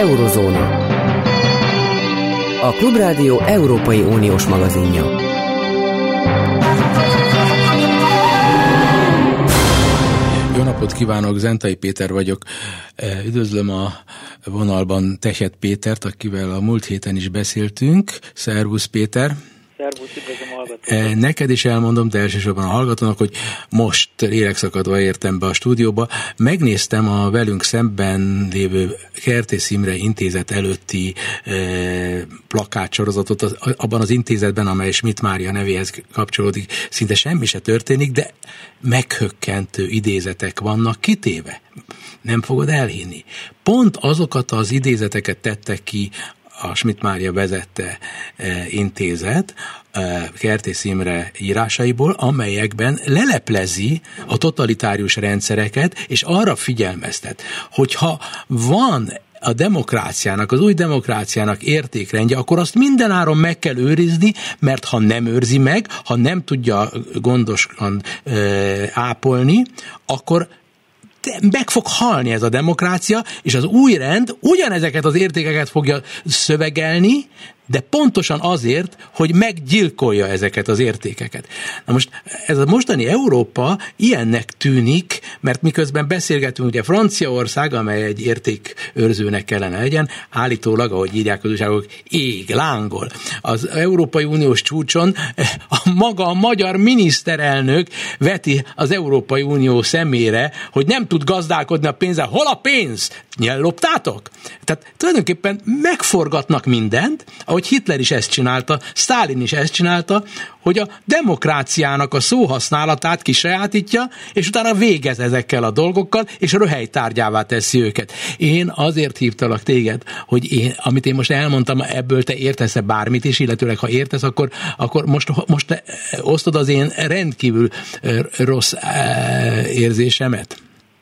Eurozóna. A Klubrádió Európai Uniós magazinja. Jó napot kívánok, Zentai Péter vagyok. Üdvözlöm a vonalban Tehet Pétert, akivel a múlt héten is beszéltünk. Szervusz Péter! Szervusz, üdvözlöm a hallgatókat! Neked is elmondom, de elsősorban a hallgatónak, hogy most lélekszakadva értem be a stúdióba. Megnéztem a velünk szemben lévő Kertész Imre Intézet előtti plakátsorozatot. Abban az intézetben, amely Schmidt Mária nevéhez kapcsolódik, szinte semmi se történik, de meghökkentő idézetek vannak kitéve. Nem fogod elhinni. Pont azokat az idézeteket tettek ki a Schmidt Mária vezette intézet Kertész Imre írásaiból, amelyekben leleplezi a totalitárius rendszereket, és arra figyelmeztet, hogyha van a demokráciának, az új demokráciának értékrendje, akkor azt mindenáron meg kell őrizni, mert ha nem őrzi meg, ha nem tudja gondosan ápolni, akkor meg fog halni ez a demokrácia, és az új rend ugyanezeket az értékeket fogja szövegelni, de pontosan azért, hogy meggyilkolja ezeket az értékeket. Na most ez a mostani Európa ilyennek tűnik, mert miközben beszélgetünk, ugye Franciaország, amely egy értékőrzőnek kellene legyen, állítólag, ahogy írják az újságok, ég, lángol. Az Európai Uniós csúcson a magyar miniszterelnök veti az Európai Unió szemére, hogy nem tud gazdálkodni a pénzzel. Hol a pénz? Nyelloptátok? Tehát tulajdonképpen megforgatnak mindent, ahogy Hitler is ezt csinálta, Sztálin is ezt csinálta, hogy a demokráciának a szóhasználatát kisajátítja, és utána végez ezekkel a dolgokkal, és röhelytárgyává teszi őket. Én azért hívtalak téged, hogy amit én most elmondtam, ebből te értesz-e bármit is, illetőleg ha értesz, akkor most te osztod az én rendkívül rossz érzésemet?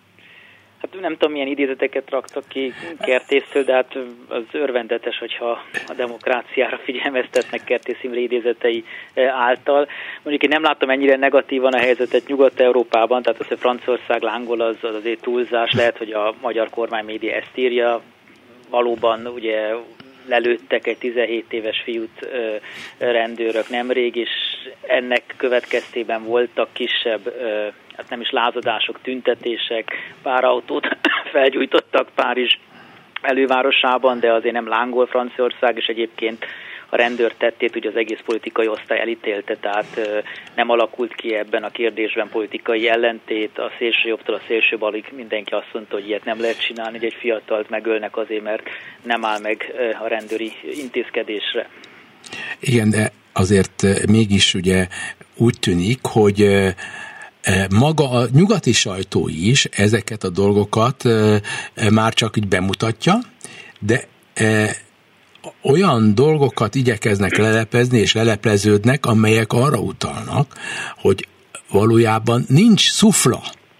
Hát nem tudom, milyen idézeteket raktak ki Kertésztől, de hát az örvendetes, hogyha a demokráciára figyelmeztetnek Kertész Imre idézetei által. Mondjuk én nem látom ennyire negatívan a helyzetet Nyugat-Európában, tehát az, hogy Franciaország lángol, az azért túlzás. Lehet, hogy a magyar kormánymédia ezt írja. Valóban ugye lelőttek egy 17 éves fiút rendőrök nemrég, és ennek következtében voltak kisebb, hát nem is lázadások, tüntetések, pár autót felgyújtottak Párizs elővárosában, de azért nem lángol Franciaország, és egyébként a rendőr tettét ugye az egész politikai osztály elítélte, tehát nem alakult ki ebben a kérdésben politikai ellentét, a szélsőjobbtól a szélsőbalig mindenki azt mondta, hogy ilyet nem lehet csinálni, hogy egy fiatalt megölnek azért, mert nem áll meg a rendőri intézkedésre. Igen, de azért mégis ugye úgy tűnik, hogy maga a nyugati sajtó is ezeket a dolgokat már csak így bemutatja, de olyan dolgokat igyekeznek lelepezni és lelepleződnek, amelyek arra utalnak, hogy valójában nincs szufla,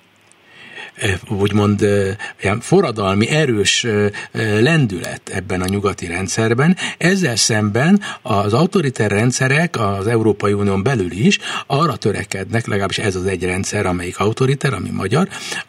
úgymond ilyen forradalmi, erős lendület ebben a nyugati rendszerben. Ezzel szemben az autoriter rendszerek az Európai Unión belül is arra törekednek, legalábbis ez az egy rendszer, amelyik autoriter, ami magyar,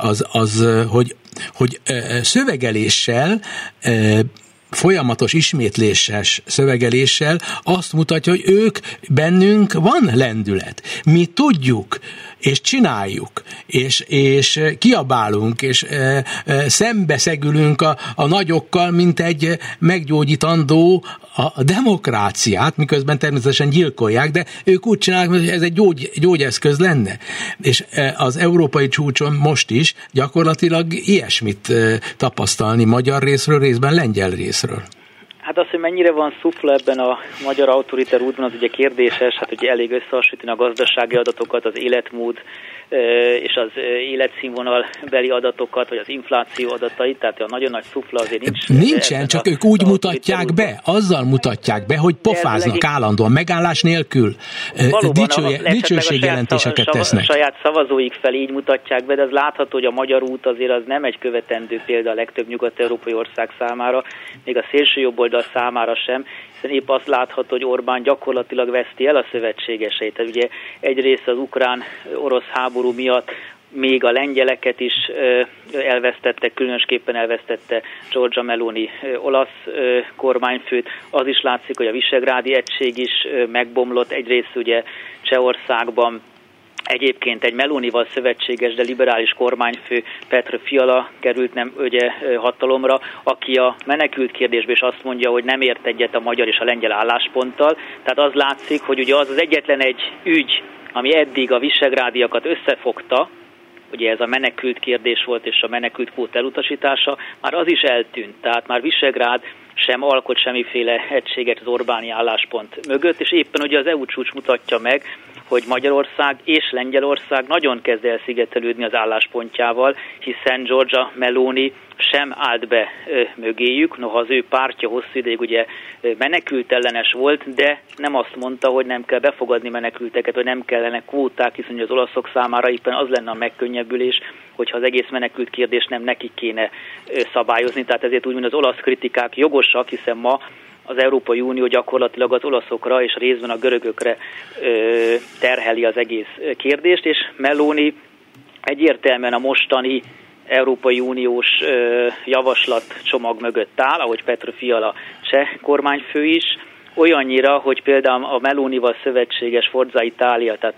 hogy szövegeléssel, folyamatos ismétléses szövegeléssel azt mutatja, hogy bennünk van lendület. Mi tudjuk, és csináljuk, és kiabálunk, és szembeszegülünk a nagyokkal, mint egy meggyógyítandó a demokráciát, miközben természetesen gyilkolják, de ők úgy csinálják, hogy ez egy gyógyeszköz lenne. És az európai csúcson most is gyakorlatilag ilyesmit tapasztalni magyar részről, részben lengyel részről. Hát az, hogy mennyire van szufla ebben a magyar autoriter útban, az ugye kérdéses, hát ugye elég összehasonlítani a gazdasági adatokat, az életmód és az életszínvonalbeli adatokat, vagy az infláció adatait, tehát a nagyon nagy szufla azért nincs. Nincsen, csak ők úgy mutatják be, azzal mutatják be, hogy pofáznak állandóan, megállás nélkül, dicsőségjelentéseket tesznek. A saját szavazóik felé így mutatják be, de az látható, hogy a magyar út azért az nem egy követendő példa a legtöbb nyugat-európai ország számára, még a szélső jobb oldal számára sem, hiszen épp azt látható, hogy Orbán gyakorlatilag veszti el a szövetségeseit. Tehát ugye egyrészt az ukrán-orosz háború miatt még a lengyeleket is elvesztette, különösképpen elvesztette Giorgia Meloni olasz kormányfőt. Az is látszik, hogy a visegrádi egység is megbomlott. Egyrészt ugye Csehországban egyébként egy Melonival szövetséges, de liberális kormányfő Petr Fiala került ugye hatalomra, aki a menekült kérdésben is azt mondja, hogy nem ért egyet a magyar és a lengyel állásponttal. Tehát az látszik, hogy ugye az egyetlen egy ügy, ami eddig a visegrádiakat összefogta, ugye ez a menekült kérdés volt és a menekült kvóta elutasítása, már az is eltűnt. Tehát már Visegrád sem alkot semmiféle egységet az Orbáni álláspont mögött, és éppen ugye az EU csúcs mutatja meg, hogy Magyarország és Lengyelország nagyon kezd elszigetelődni az álláspontjával, hiszen Giorgia Meloni sem állt be mögéjük, noha az ő pártja hosszú ideig ugye menekült ellenes volt, de nem azt mondta, hogy nem kell befogadni menekülteket, vagy nem kellene kvóták, hiszen az olaszok számára éppen az lenne a megkönnyebbülés, hogyha az egész menekült kérdést nem nekik kéne szabályozni. Tehát ezért úgymond az olasz kritikák jogosak, hiszen ma az Európai Unió gyakorlatilag az olaszokra és részben a görögökre terheli az egész kérdést, és Meloni egyértelműen a mostani Európai Uniós javaslatcsomag mögött áll, ahogy Petr Fiala cseh kormányfő is, olyannyira, hogy például a Melonival szövetséges Forza Italia, tehát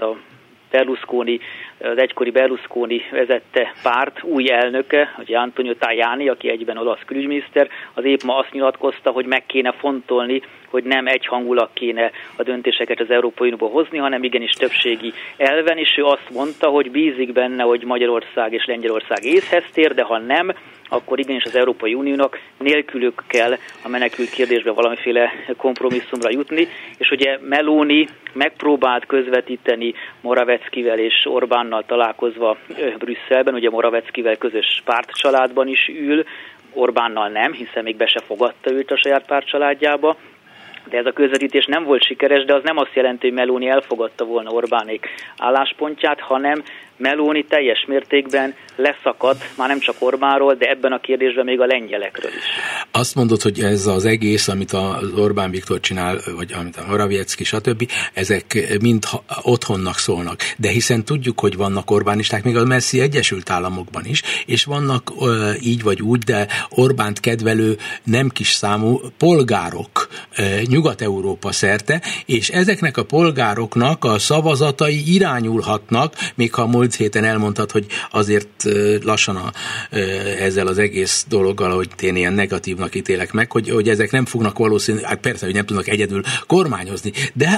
az egykori Berlusconi vezette párt új elnöke, ugye Antonio Tajani, aki egyben olasz külügyminiszter, az épp ma azt nyilatkozta, hogy meg kéne fontolni, hogy nem egyhangulag kéne a döntéseket az Európai Unióba hozni, hanem igenis többségi elven, és ő azt mondta, hogy bízik benne, hogy Magyarország és Lengyelország észhez tér, de ha nem, akkor igenis az Európai Uniónak nélkülük kell a menekült kérdésben valamiféle kompromisszumra jutni, és ugye Meloni megpróbált közvetíteni Morawieckivel és Orbánnal találkozva Brüsszelben, ugye Morawieckivel közös pártcsaládban is ül, Orbánnal nem, hiszen még be se fogadta őt a saját pártcsaládjába, de ez a közvetítés nem volt sikeres, de az nem azt jelenti, hogy Meloni elfogadta volna Orbánék álláspontját, hanem Meloni teljes mértékben leszakadt, már nem csak Orbánról, de ebben a kérdésben még a lengyelekről is. Azt mondod, hogy ez az egész, amit az Orbán Viktor csinál, vagy amit a Morawiecki, stb., ezek mind otthonnak szólnak. De hiszen tudjuk, hogy vannak Orbánisták még a messzi Egyesült Államokban is, és vannak így vagy úgy, de Orbánt kedvelő nem kis számú polgárok Nyugat-Európa szerte, és ezeknek a polgároknak a szavazatai irányulhatnak, még ha múlt héten elmondtad, hogy azért lassan ezzel az egész dologgal, hogy én ilyen negatívnak ítélek meg, hogy ezek nem fognak valószínűleg, hát persze, hogy nem tudnak egyedül kormányozni, de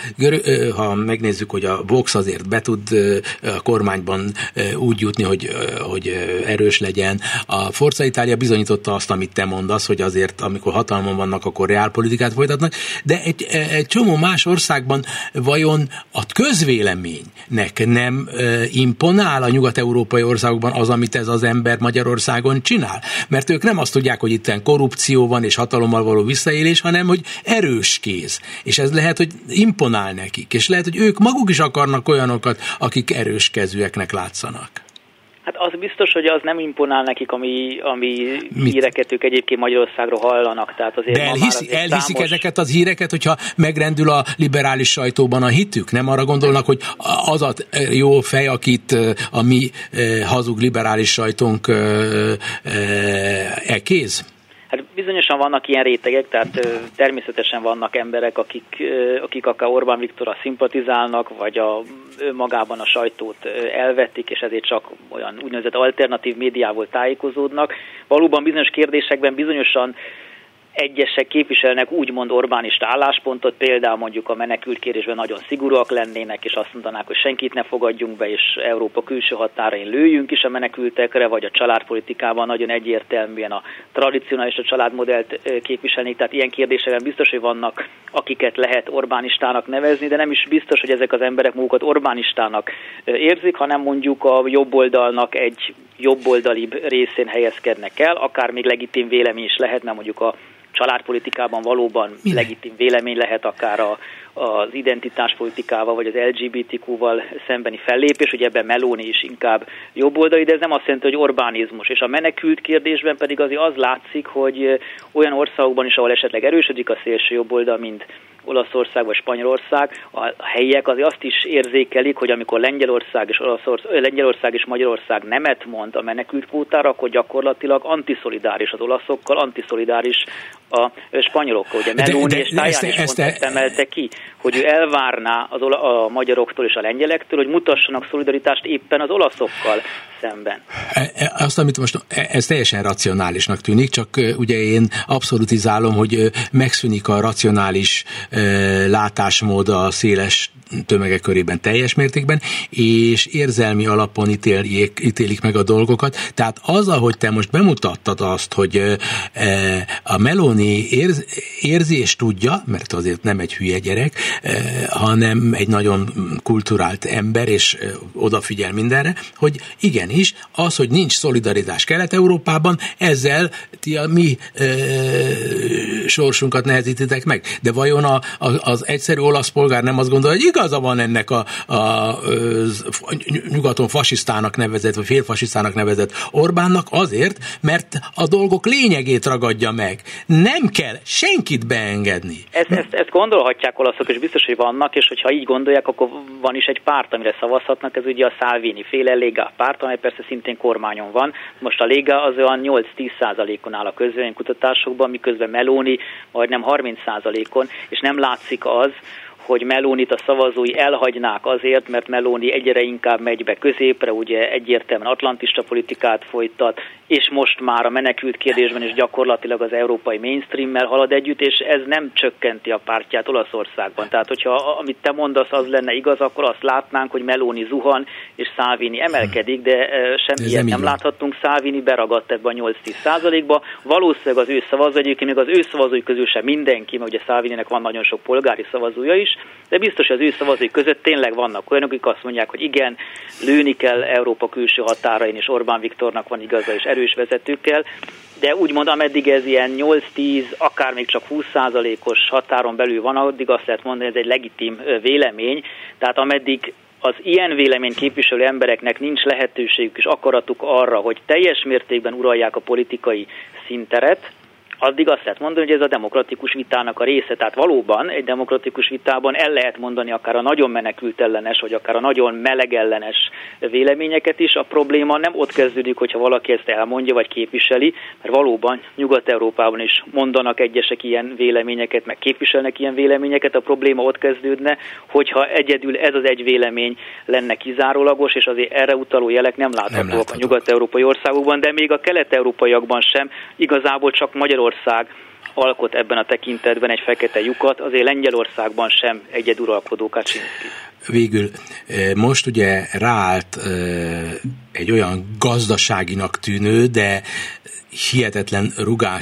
ha megnézzük, hogy a Vox azért be tud a kormányban úgy jutni, hogy erős legyen. A Forza Italia bizonyította azt, amit te mondasz, hogy azért, amikor hatalmon vannak, akkor reálpolitikát folytatnak, de egy csomó más országban vajon a közvéleménynek nem imponál a nyugat-európai országokban az, amit ez az ember Magyarországon csinál? Mert ők nem azt tudják, hogy itten korrupció van és hatalommal való visszaélés, hanem hogy erős kéz. És ez lehet, hogy imponál nekik. És lehet, hogy ők maguk is akarnak olyanokat, akik erős kezűeknek látszanak. Hát az biztos, hogy az nem imponál nekik, ami híreket ők egyébként Magyarországról hallanak. Tehát azért de elhiszik ezeket az híreket, hogyha megrendül a liberális sajtóban a hitük? Nem arra gondolnak, hogy az a jó fej, akit a mi hazug liberális sajtónk ekéz? Hát bizonyosan vannak ilyen rétegek, tehát természetesen vannak emberek, akik akár Orbán Viktorral szimpatizálnak, vagy magában a sajtót elvetik, és ezért csak olyan úgynevezett alternatív médiával tájékozódnak. Valóban bizonyos kérdésekben bizonyosan egyesek képviselnek úgymond Orbánista álláspontot, például mondjuk a menekült kérdésben nagyon szigorúak lennének, és azt mondanák, hogy senkit ne fogadjunk be, és Európa külső határain lőjünk is a menekültekre, vagy a családpolitikában nagyon egyértelműen a tradicionális a családmodellt képviselnék. Tehát ilyen kérdésekben biztos, hogy vannak, akiket lehet Orbánistának nevezni, de nem is biztos, hogy ezek az emberek magukat Orbánistának érzik, hanem mondjuk a jobboldalnak egy jobboldalibb részén helyezkednek el, akár még legitim vélemény is lehet, mert mondjuk a családpolitikában valóban legitim vélemény lehet, akár az identitáspolitikával, vagy az LGBTQ-val szembeni fellépés, ugye ebben Meloni is inkább jobboldali, de ez nem azt jelenti, hogy Orbánizmus. És a menekült kérdésben pedig azért az látszik, hogy olyan országokban is, ahol esetleg erősödik a szélső jobboldal, mint Olaszország vagy Spanyolország, a helyiek azért azt is érzékelik, hogy amikor Lengyelország és Magyarország nemet mond a menekültkvótára, akkor gyakorlatilag antiszolidáris az olaszokkal, antiszolidáris a spanyolokkal. Ugye Meloni és Tajani is ezt emelte ki, hogy ő elvárná a magyaroktól és a lengyelektől, hogy mutassanak szolidaritást éppen az olaszokkal szemben. Azt, amit most, ez teljesen racionálisnak tűnik, csak ugye én abszolutizálom, hogy megszűnik a racionális látásmód a széles tömegek körében teljes mértékben, és érzelmi alapon ítélik meg a dolgokat. Tehát az, ahogy te most bemutattad azt, hogy a Meloni érzi és tudja, mert azért nem egy hülye gyerek, hanem egy nagyon kulturált ember, és odafigyel mindenre, hogy igenis, az, hogy nincs szolidaritás Kelet-Európában, ezzel ti a mi sorsunkat nehezítitek meg. De vajon az egyszerű olasz polgár nem azt gondolja, hogy igaza van ennek a nyugaton fasisztának nevezett, vagy félfasisztának nevezett Orbánnak azért, mert a dolgok lényegét ragadja meg. Nem kell senkit beengedni. Ezt gondolhatják olaszok, és biztos, hogy vannak, és hogyha így gondolják, akkor van is egy párt, amire szavazhatnak, ez ugye a Salvini féle Lega párt, amely persze szintén kormányon van. Most a Lega az olyan 8-10%-on áll a közvéleménykutatásokban, miközben Meloni majdnem 30%-on, és nem látszik az, hogy Melonit a szavazói elhagynák azért, mert Meloni egyre inkább megy be középre, ugye egyértelműen atlantista politikát folytat, és most már a menekült kérdésben is gyakorlatilag az európai mainstreammel halad együtt, és ez nem csökkenti a pártját Olaszországban. Tehát, hogyha amit te mondasz, az lenne igaz, akkor azt látnánk, hogy Meloni zuhan, és Salvini emelkedik, de semmiért nem láthattunk. Salvini beragadt ebbe a 8-10%-ba. Valószínűleg az ő szavazói, egyébként még az ő szavazói közül sem mindenki, mert ugye Salvininek van nagyon sok polgári szavazója is, de biztos, hogy az ő szavazói között tényleg vannak olyanok, akik azt mondják, hogy igen, lőni kell Európa külső határain, és Orbán Viktornak van igaza, és erős vezetőkkel, de úgymond ameddig ez ilyen 8-10, akár még csak 20%-os határon belül van, addig azt lehet mondani, hogy ez egy legitim vélemény, tehát ameddig az ilyen vélemény képviselő embereknek nincs lehetőségük és akaratuk arra, hogy teljes mértékben uralják a politikai színteret, addig azt lehet mondani, hogy ez a demokratikus vitának a része. Tehát valóban egy demokratikus vitában el lehet mondani akár a nagyon menekültellenes, vagy akár a nagyon melegellenes véleményeket is. A probléma nem ott kezdődik, hogyha valaki ezt elmondja, vagy képviseli, mert valóban Nyugat-Európában is mondanak egyesek ilyen véleményeket, meg képviselnek ilyen véleményeket. A probléma ott kezdődne, hogyha egyedül ez az egy vélemény lenne kizárólagos, és azért erre utaló jelek nem láthatóak a nyugat-európai országokban, de még a kelet-európaiakban sem, igazából csak Magyarország alkot ebben a tekintetben egy fekete lyukat, azért Lengyelországban sem egyeduralkodó Kaczynszki. Végül most ugye ráállt egy olyan gazdaságinak tűnő, de hihetetlen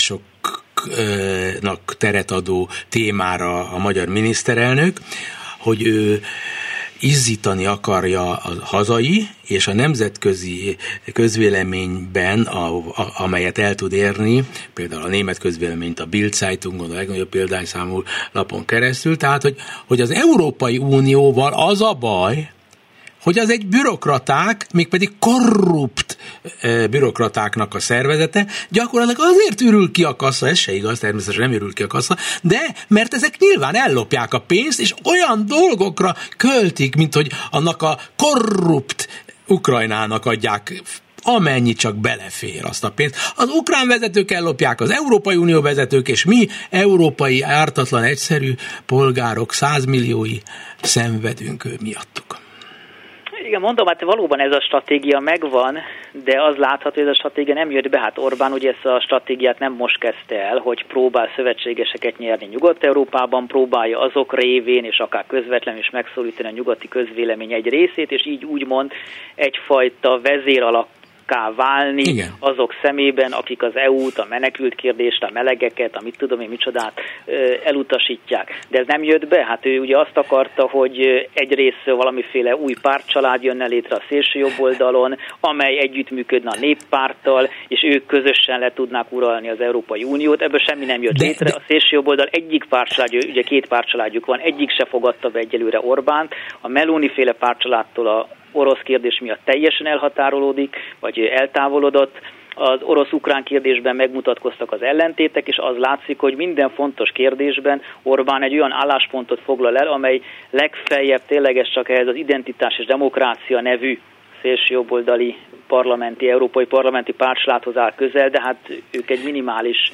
rugásoknak teret adó témára a magyar miniszterelnök, hogy ő izzítani akarja a hazai és a nemzetközi közvéleményben, amelyet el tud érni, például a német közvéleményt a Bild Zeitungon, a legnagyobb példányszámú lapon keresztül, tehát, hogy az Európai Unióval az a baj, hogy az egy bürokraták, mégpedig korrupt bürokratáknak a szervezete, gyakorlatilag azért ürül ki a kassa, ez se igaz, természetesen nem ürül ki a kassa, de mert ezek nyilván ellopják a pénzt, és olyan dolgokra költik, mint hogy annak a korrupt Ukrajnának adják amennyi csak belefér azt a pénzt. Az ukrán vezetők ellopják, az Európai Unió vezetők, és mi, európai, ártatlan, egyszerű polgárok 100 milliói szenvedünk miattuk. Igen, mondom, hát valóban ez a stratégia megvan, de az látható, hogy ez a stratégia nem jött be. Hát Orbán ugye ezt a stratégiát nem most kezdte el, hogy próbál szövetségeseket nyerni Nyugat-Európában, próbálja azok révén, és akár közvetlenül is megszólítani a nyugati közvélemény egy részét, és így úgymond egyfajta vezéralak válni. Igen. Azok szemében, akik az EU-t, a menekült kérdést, a melegeket, a mit tudom én micsodát elutasítják. De ez nem jött be. Hát ő ugye azt akarta, hogy egyrészt valamiféle új pártcsalád jönne létre a szélső jobb oldalon, amely együttműködne a néppárttal, és ők közösen le tudnák uralni az Európai Uniót. Ebből semmi nem jött létre. A szélső jobb oldal egyik pártcsaládja, ugye 2 pártcsaládjuk van, egyik se fogadta be egyelőre Orbánt. A Meloni-féle pártcsaládtól a orosz kérdés miatt teljesen elhatárolódik, vagy eltávolodott. az orosz-ukrán kérdésben megmutatkoztak az ellentétek, és az látszik, hogy minden fontos kérdésben Orbán egy olyan álláspontot foglal el, amely legfeljebb tényleges csak ehhez az identitás és demokrácia nevű szélsőjobboldali európai parlamenti pártsláthoz áll közel, de hát ők egy minimális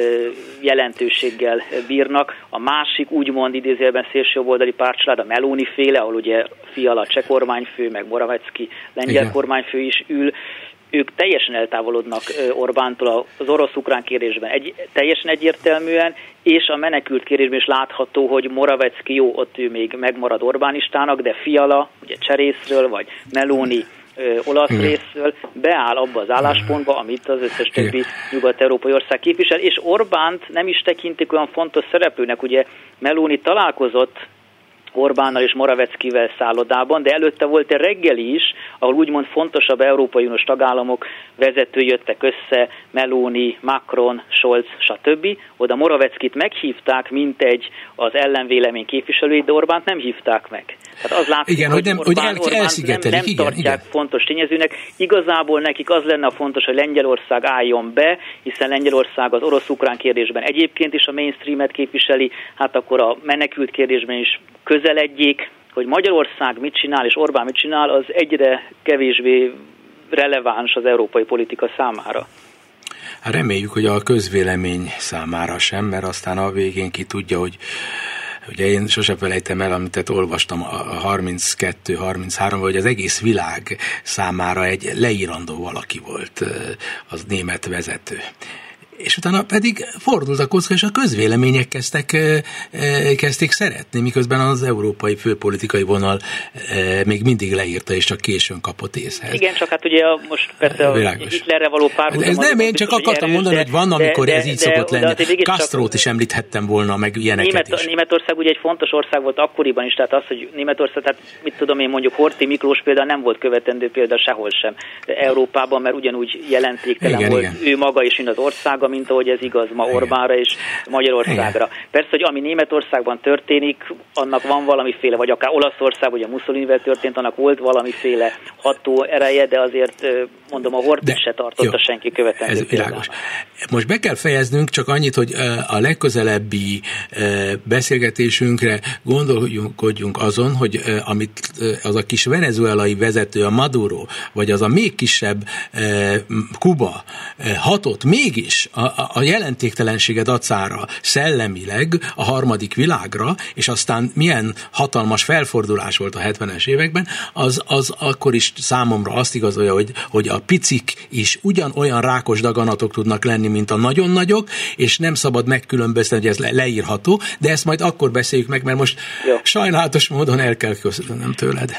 jelentőséggel bírnak. A másik úgymond idézőjelben szélsőjobboldali pártslát, a Meloni féle, ahol ugye Fiala cseh kormányfő, meg Morawiecki lengyel kormányfő is ül, ők teljesen eltávolodnak Orbántól az orosz-ukrán kérdésben teljesen egyértelműen, és a menekült kérdésben is látható, hogy Morawiecki jó, ott ő még megmarad Orbánistának, de Fiala, ugye cserészről, vagy Meloni olasz részről beáll abba az álláspontba, amit az összes többi nyugat-európai ország képvisel, és Orbánt nem is tekintik olyan fontos szereplőnek. Ugye Meloni találkozott Orbánnal és Morawieckivel szállodában, de előtte volt egy reggeli is, ahol úgymond fontosabb Európai Uniós tagállamok vezetői jöttek össze, Meloni, Macron, Scholz, stb. Oda Morawieckit meghívták, mint egy az ellenvélemény képviselőit, de Orbánt nem hívták meg. Tehát az látszik, igen, hogy Orbánt nem tartják fontos tényezőnek. Igazából nekik az lenne a fontos, hogy Lengyelország álljon be, hiszen Lengyelország az orosz-ukrán kérdésben egyébként is a mainstreamet képviseli, hát akkor a menekült kérdésben is közeledjék, hogy Magyarország mit csinál és Orbán mit csinál, az egyre kevésbé releváns az európai politika számára. Hát reméljük, hogy a közvélemény számára sem, mert aztán a végén ki tudja, hogy ugye én sose felejtem el, amit olvastam a 32-33-ban, hogy az egész világ számára egy leírandó valaki volt az német vezető. És utána pedig fordult a kocka, és a közvélemények kezdték szeretni, miközben az európai főpolitikai vonal még mindig leírta, és csak későn kapott észhez. Igen, csak hát ugye most persze a Hitlerre való párhuzam... Ez nem, én csak akartam mondani, hogy van, amikor ez így szokott lenni. Castrót is említhettem volna, meg ilyeneket is. Németország ugye egy fontos ország volt akkoriban is, tehát az, hogy Németország, tehát mit tudom én, mondjuk Horthy Miklós például nem volt követendő példa sehol sem Európában, mert ugyanúgy jelentéktelen volt ő maga is, mint az ország, mint ahogy ez igaz ma Orbánra és Magyarországra. Igen. Persze, hogy ami Németországban történik, annak van valamiféle, vagy akár Olaszország, vagy a Mussolinivel történt, annak volt valamiféle ható ereje, de azért mondom, a Horthyt se tartotta senki követendő például. Most be kell fejeznünk csak annyit, hogy a legközelebbi beszélgetésünkre gondolkodjunk azon, hogy amit az a kis venezuelai vezető, a Maduro, vagy az a még kisebb Kuba hatott mégis a jelentéktelensége dacára szellemileg a harmadik világra, és aztán milyen hatalmas felfordulás volt a 70-es években, az akkor is számomra azt igazolja, hogy a picik is ugyanolyan rákos daganatok tudnak lenni, mint a nagyon nagyok, és nem szabad megkülönböztetni, hogy ez leírható, de ezt majd akkor beszéljük meg, mert most sajnálatos módon el kell köszönöm tőled.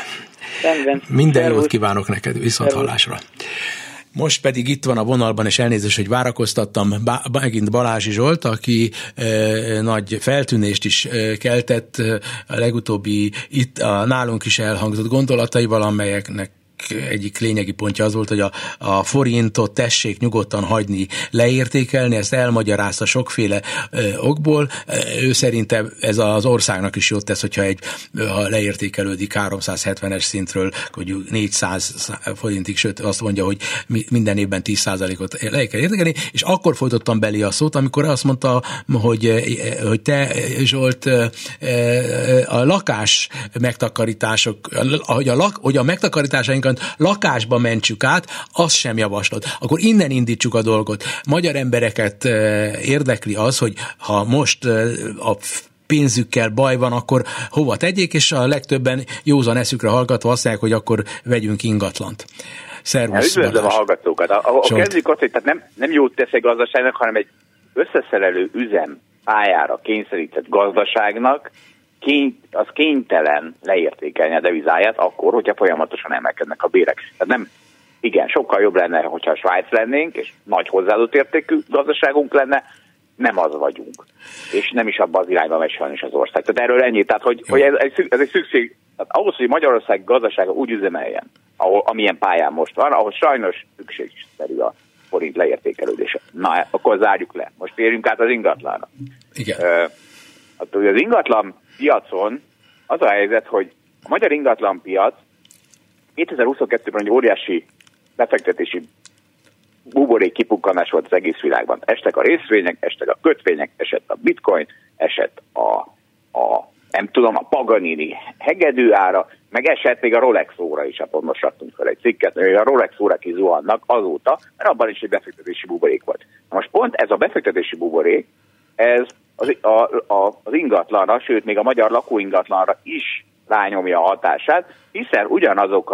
Minden jót kívánok neked, viszonthallásra. Most pedig itt van a vonalban, és elnézést, hogy várakoztattam, megint Balázsi Zsolt, aki nagy feltűnést is keltett a legutóbbi itt nálunk is elhangzott gondolataival, amelyeknek egyik lényegi pontja az volt, hogy a forintot tessék nyugodtan hagyni leértékelni, ezt elmagyarázta sokféle okból. Ő szerinte ez az országnak is jót tesz, hogyha ha leértékelődik 370-es szintről, hogy 400 forintig, sőt azt mondja, hogy minden évben 10%-ot le kell értékelni, és akkor folytottam belé a szót, amikor azt mondta, hogy te, Zsolt, a lakás megtakarítások, hogy a megtakarításainkat lakásba mentsük át, azt sem javaslod. Akkor innen indítsuk a dolgot. Magyar embereket érdekli az, hogy ha most a pénzükkel baj van, akkor hova tegyék, és a legtöbben józan eszükre hallgatva azt mondják, hogy akkor vegyünk ingatlant. Szervusz, üdvözlöm a hallgatókat. Kezdjük azt, hogy tehát nem jót tesz egy gazdaságnak, hanem egy összeszerelő üzem pályára kényszerített gazdaságnak az kénytelen leértékelni a devizáját akkor, hogyha folyamatosan emelkednek a bérek. Tehát nem, igen, sokkal jobb lenne, hogyha Svájc lennénk, és nagy hozzáadott értékű gazdaságunk lenne, nem az vagyunk. És nem is abban az irányban megy sajnos az ország. Tehát erről ennyi. Tehát, hogy ez egy szükség, tehát ahhoz, hogy Magyarország gazdasága úgy üzemeljen, amilyen pályán most van, ahhoz sajnos szükségszerű a forint leértékelődése. Na, akkor zárjuk le. Most térjünk át az ingatlanra. Igen. Az ingatlan piacon az a helyzet, hogy a magyar ingatlan piac 2022-ben egy óriási befektetési buborék kipukkanás volt az egész világban. Estek a részvények, estek a kötvények, esett a bitcoin, esett nem tudom, a Paganini hegedű ára, meg esett még a Rolex óra is, hát most raktunk fel egy cikket, hogy a Rolex órák is zuhannak azóta, mert abban is egy befektetési buborék volt. Na most pont ez a befektetési buborék, ez az ingatlanra, sőt még a magyar lakóingatlanra is rányomja a hatását, hiszen ugyanazok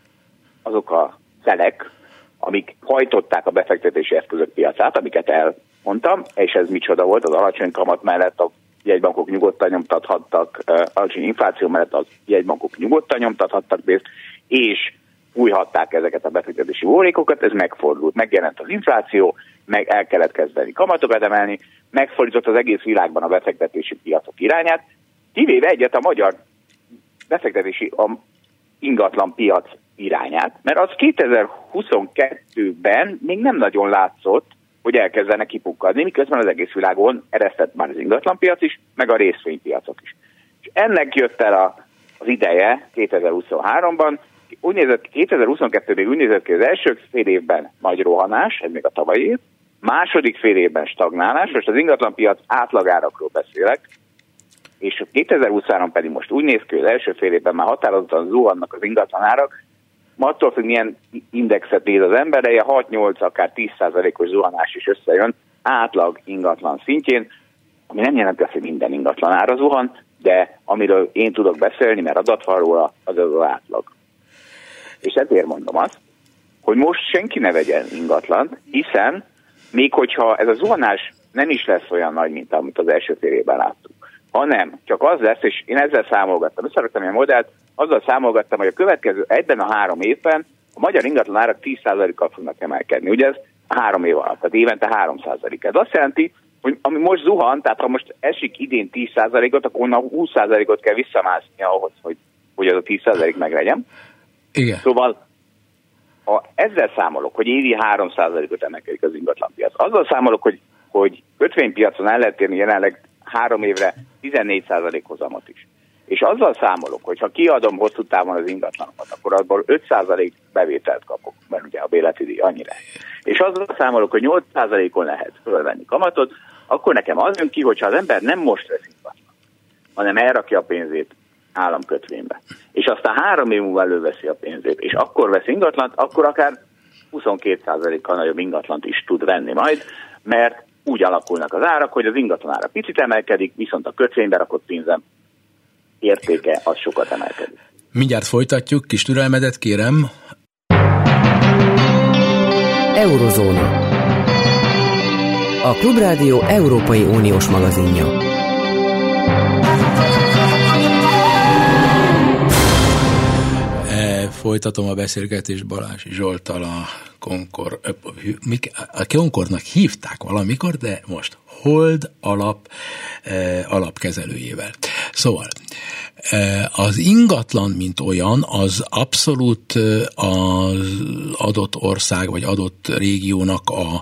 a szelek, amik hajtották a befektetési eszközök piacát, amiket elmondtam, és ez micsoda volt, az alacsony kamat mellett a jegybankok nyugodtan nyomtathattak, alacsony infláció mellett az jegybankok nyugodtan nyomtathattak pénzt, és fújhatták ezeket a befektetési buborékokat, ez megfordult, megjelent az infláció, meg el kellett kezdeni kamatokat emelni, megfordított az egész világban a befektetési piacok irányát, kivéve egyet a magyar befektetési ingatlan piac irányát, mert az 2022-ben még nem nagyon látszott, hogy elkezdenek kipukkadni, miközben az egész világon eresztett már az ingatlanpiac is, meg a részvénypiacok is. És ennek jött el az ideje 2023-ban, 2022 még úgy nézett ki, az első fél évben nagy rohanás, ez még a tavalyi év, második fél évben stagnálás, most az ingatlanpiac átlagárakról beszélek, és 2023 pedig most úgy néz ki, hogy az első fél évben már határozottan zuhannak az ingatlanárak, attól függ, milyen indexet néz az ember, de 6-8, akár 10%-os zuhanás is összejön átlag ingatlan szintjén, ami nem jelenti azt, hogy minden ingatlan ára zuhan, de amiről én tudok beszélni, mert adat van róla, az az átlag. És ezért mondom azt, hogy most senki ne vegyen ingatlant, hiszen még hogyha ez a zuhanás nem is lesz olyan nagy, mint amit az első fél évben láttuk, hanem csak az lesz, és én ezzel számolgattam, összeraktam ilyen modellt, azzal számolgattam, hogy a következő egyben a 3 évben a magyar ingatlan árak 10%-kal fognak emelkedni. Ugye ez 3 év alatt, tehát évente 3%. Ez azt jelenti, hogy ami most zuhan, tehát ha most esik idén 10%-ot, akkor onnan 20%-ot kell visszamászni ahhoz, hogy az a 10% meglegyen. Igen. Szóval ezzel számolok, hogy évi 3%-ot emelkedik az ingatlanpiac. Azzal számolok, hogy kötvénypiacon el lehet érni jelenleg 3 évre 14% hozamot is. És azzal számolok, hogy ha kiadom hosszú távon az ingatlanokat, akkor abból 5% bevételt kapok, mert ugye a bérleti díj annyira. És azzal számolok, hogy 8%-on lehet fölvenni kamatot, akkor nekem az jön ki, hogyha az ember nem most vesz ingatlan, hanem elrakja a pénzét államkötvénybe. És aztán 3 év múlva előveszi a pénzét, és akkor vesz ingatlant, akkor akár 22%-kal nagyobb ingatlant is tud venni majd, mert úgy alakulnak az árak, hogy az ingatlan ára picit emelkedik, viszont a kötvénybe rakott pénzem értéke az sokat emelkedik. Mindjárt folytatjuk, kis türelmedet kérem. Eurozóna. A Klubrádió Európai Uniós magazinja. Folytatom a beszélgetést Balázs Zsolttal, a Concordnak hívták valamikor, de most Hold alapkezelőjével. Szóval az ingatlan, mint olyan, az abszolút az adott ország, vagy adott régiónak a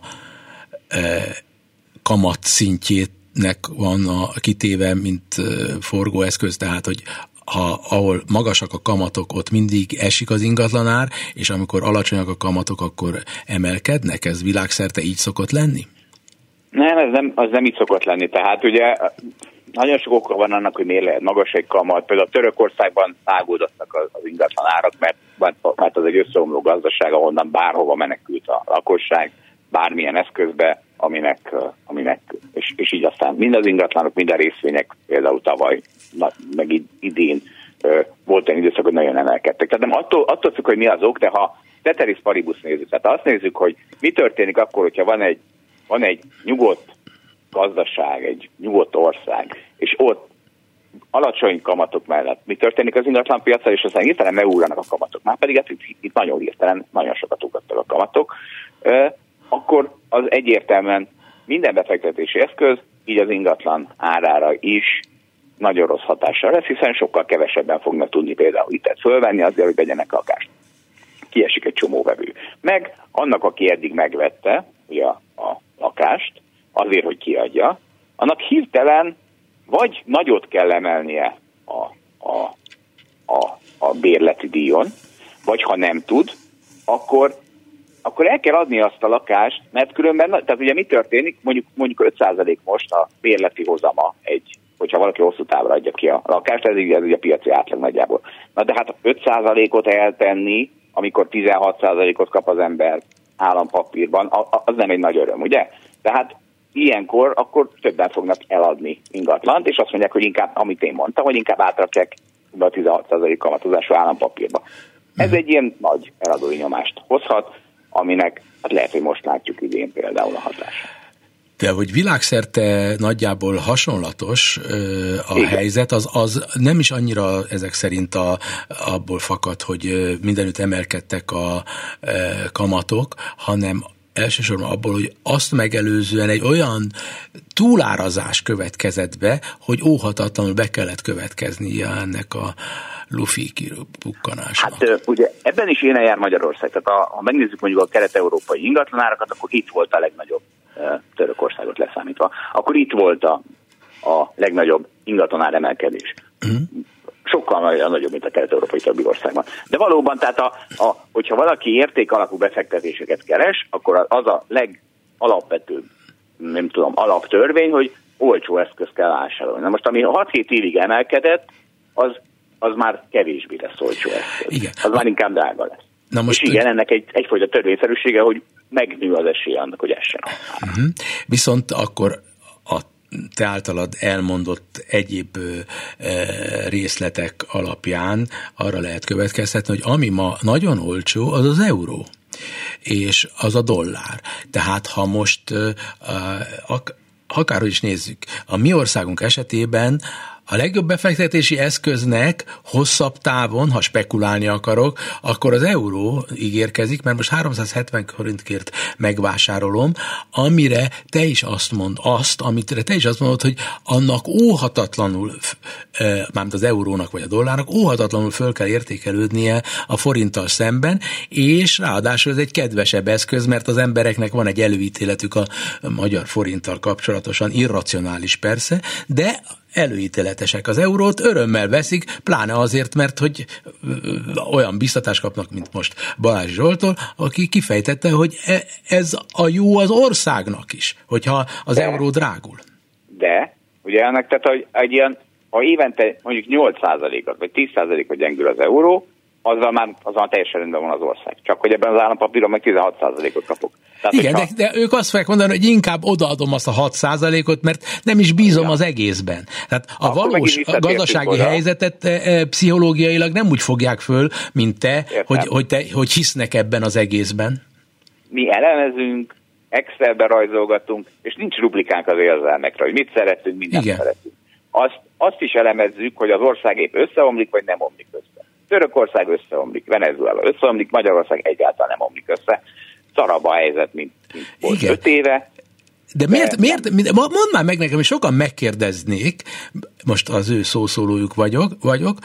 kamat szintjének van kitéve, mint forgóeszköz, tehát, hogy ahol magasak a kamatok, ott mindig esik az ingatlanár, és amikor alacsonyak a kamatok, akkor emelkednek? Ez világszerte így szokott lenni? Nem, az nem így szokott lenni. Tehát ugye nagyon sok oka van annak, hogy miért lehet magas egy kamat. Például Törökországban száguldottak az ingatlan árak, mert az egy összeomló gazdaság, ahonnan bárhova menekült a lakosság, bármilyen eszközbe, aminek és így aztán mind az ingatlanok, mind a részvények, például tavaly, meg idén volt egy időszak, hogy nagyon emelkedtek. Tehát nem attól függ, hogy mi az ok, de ha ceteris paribus nézzük, tehát azt nézzük, hogy mi történik akkor, hogyha van egy nyugodt gazdaság, egy nyugodt ország, és ott alacsony kamatok mellett mi történik az ingatlanpiacsal, és aztán hirtelen megugranak a kamatok. Már pedig itt nagyon hirtelen, nagyon sokat ugrottak a kamatok, akkor az egyértelműen minden befektetési eszköz, így az ingatlan árára is nagyon rossz hatással lesz, hiszen sokkal kevesebben fognak tudni például hitelt fölvenni azért, hogy vegyenek lakást. Kiesik egy csomó vevő. Meg annak, aki eddig megvette ugye, a lakást, azért, hogy kiadja, annak hirtelen vagy nagyot kell emelnie a bérleti díjon, vagy ha nem tud, akkor akkor el kell adni azt a lakást, mert különben, tehát ugye mi történik, mondjuk 5% most a bérleti hozama hogyha valaki hosszú távra adja ki a lakást, ez ugye a piaci átlag nagyjából. Na de hát 5%-ot eltenni, amikor 16%-ot kap az ember állampapírban, az nem egy nagy öröm, ugye? Tehát ilyenkor akkor többen fognak eladni ingatlant, és azt mondják, hogy inkább, amit én mondtam, hogy inkább átrakják a 16% kamatozású állampapírba. Ez egy ilyen nagy eladói nyomást hozhat, aminek hát lehet, hogy most látjuk idén például a hatását. De hogy világszerte nagyjából hasonlatos a Igen. helyzet, az nem is annyira ezek szerint abból fakad, hogy mindenütt emelkedtek a kamatok, hanem elsősorban abból, hogy azt megelőzően egy olyan túlárazás következett be, hogy óhatatlanul be kellett következnie ennek a lufi kirukkanásnak. Hát ugye ebben is élen jár Magyarország. Tehát ha megnézzük mondjuk a kelet-európai ingatlanárakat, akkor itt volt a legnagyobb, Törökországot leszámítva, akkor itt volt a legnagyobb ingatlanár emelkedés. Sokkal nagyobb, mint a kelet-európai többi országban. De valóban, tehát hogyha valaki érték alapú befektetéseket keres, akkor az a legalapvetőbb, nem tudom, alaptörvény, hogy olcsó eszköz kell vásárolni. Na most, ami 6-7 évig emelkedett, az már kevésbé lesz olcsó eszköz. Igen. Az már inkább drága lesz. Na most és igen, ennek egyfajta törvényszerűsége, hogy megnő az esély annak, hogy essen. Viszont akkor a te általad elmondott egyéb részletek alapján arra lehet következtetni, hogy ami ma nagyon olcsó, az az euró, és az a dollár. Tehát ha most akárhogy is nézzük, a mi országunk esetében a legjobb befektetési eszköznek hosszabb távon, ha spekulálni akarok, akkor az euró ígérkezik, mert most 370 forintért megvásárolom, amire te is amit te is azt mondod, hogy annak óhatatlanul, mármint az eurónak vagy a dollárnak óhatatlanul föl kell értékelődnie a forinttal szemben, és ráadásul ez egy kedvesebb eszköz, mert az embereknek van egy előítéletük a magyar forinttal kapcsolatosan, irracionális persze, de előítéletesek. Az eurót örömmel veszik, pláne azért, mert hogy olyan biztatást kapnak, mint most Balázs Zsoltól, aki kifejtette, hogy ez a jó az országnak is, hogyha az euró drágul. De, ugye ennek, tehát, hogy egy ilyen, ha évente mondjuk 8%-ot, vagy 10%-ot gyengül az euró, azzal már teljesen rendben van az ország. Csak hogy ebben az állampapíron meg 16%-ot kapok. Tehát, igen, de ők azt fogják mondani, hogy inkább odaadom azt a 6%-ot, mert nem is bízom az egészben. Tehát a valós gazdasági helyzetet pszichológiailag nem úgy fogják föl, mint te, hogy hisznek ebben az egészben. Mi elemezünk, Excelbe rajzolgatunk, és nincs rublikánk az érzelmekre, hogy mit szeretünk, mit nem szeretünk. Azt is elemezzük, hogy az ország épp összeomlik, vagy nem omlik össze. Törökország összeomlik, Venezuela összeomlik, Magyarország egyáltalán nem omlik össze. Szarabb a helyzet, mint volt 5 éve. De miért, mondd már meg nekem, hogy sokan megkérdeznék, most az ő szószólójuk vagyok,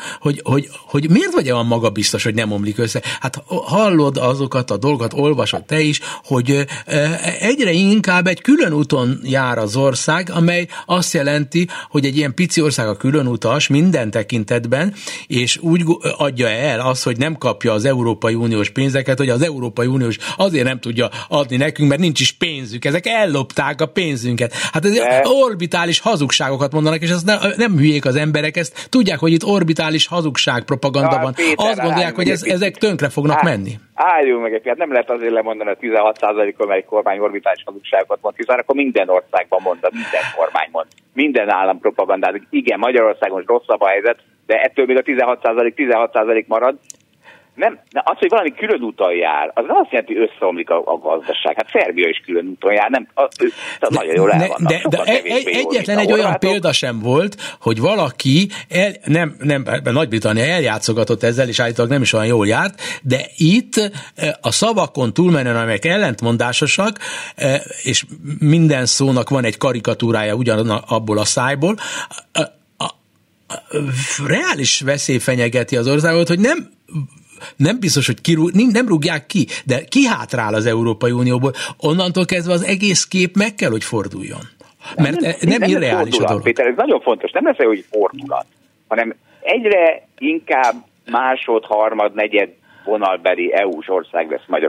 hogy miért vagy olyan magabiztos, hogy nem omlik össze? Hát hallod azokat a dolgokat, olvasod te is, hogy egyre inkább egy külön úton jár az ország, amely azt jelenti, hogy egy ilyen pici ország a különutas minden tekintetben, és úgy adja el azt, hogy nem kapja az Európai Uniós pénzeket, hogy az Európai Uniós azért nem tudja adni nekünk, mert nincs is pénzük. Ezek ellopták a pénzünket. Hát ez orbitális hazugságokat mondanak, és ez nem hülyék az emberek, ezt tudják, hogy itt orbitális hazugság propaganda van. Péter, azt gondolják, hogy ezek tönkre fognak menni. Álljunk meg, hát nem lehet azért lemondani a 16%-on, mert egy kormány orbitális hazugságokat mond, hiszen akkor minden országban mond, minden kormány mond, minden állam propagandát. Igen, Magyarországon rosszabb a helyzet, de ettől még a 16% marad. Nem, az, hogy valami külön úton jár, az nem azt jelenti, hogy összeomlik a gazdaság. Hát Szerbia is külön úton jár, nagyon jól el vannak. De egyetlen egy olyan példa sem volt, hogy valaki, Nagy-Britannia eljátszogatott ezzel, és állítólag nem is olyan jól járt, de itt a szavakon túlmenően, amelyek ellentmondásosak, és minden szónak van egy karikatúrája ugyanabból a szájból, reális veszély fenyegeti az országot, hogy nem biztos, hogy nem rúgják ki, de kihátrál az Európai Unióból. Onnantól kezdve az egész kép meg kell, hogy forduljon. Mert nem irreális a dolog. Péter, ez nagyon fontos. Nem lesz, hogy fordulat, hanem egyre inkább másod, harmad, negyed vonalbeli EU-s ország lesz Magyarország.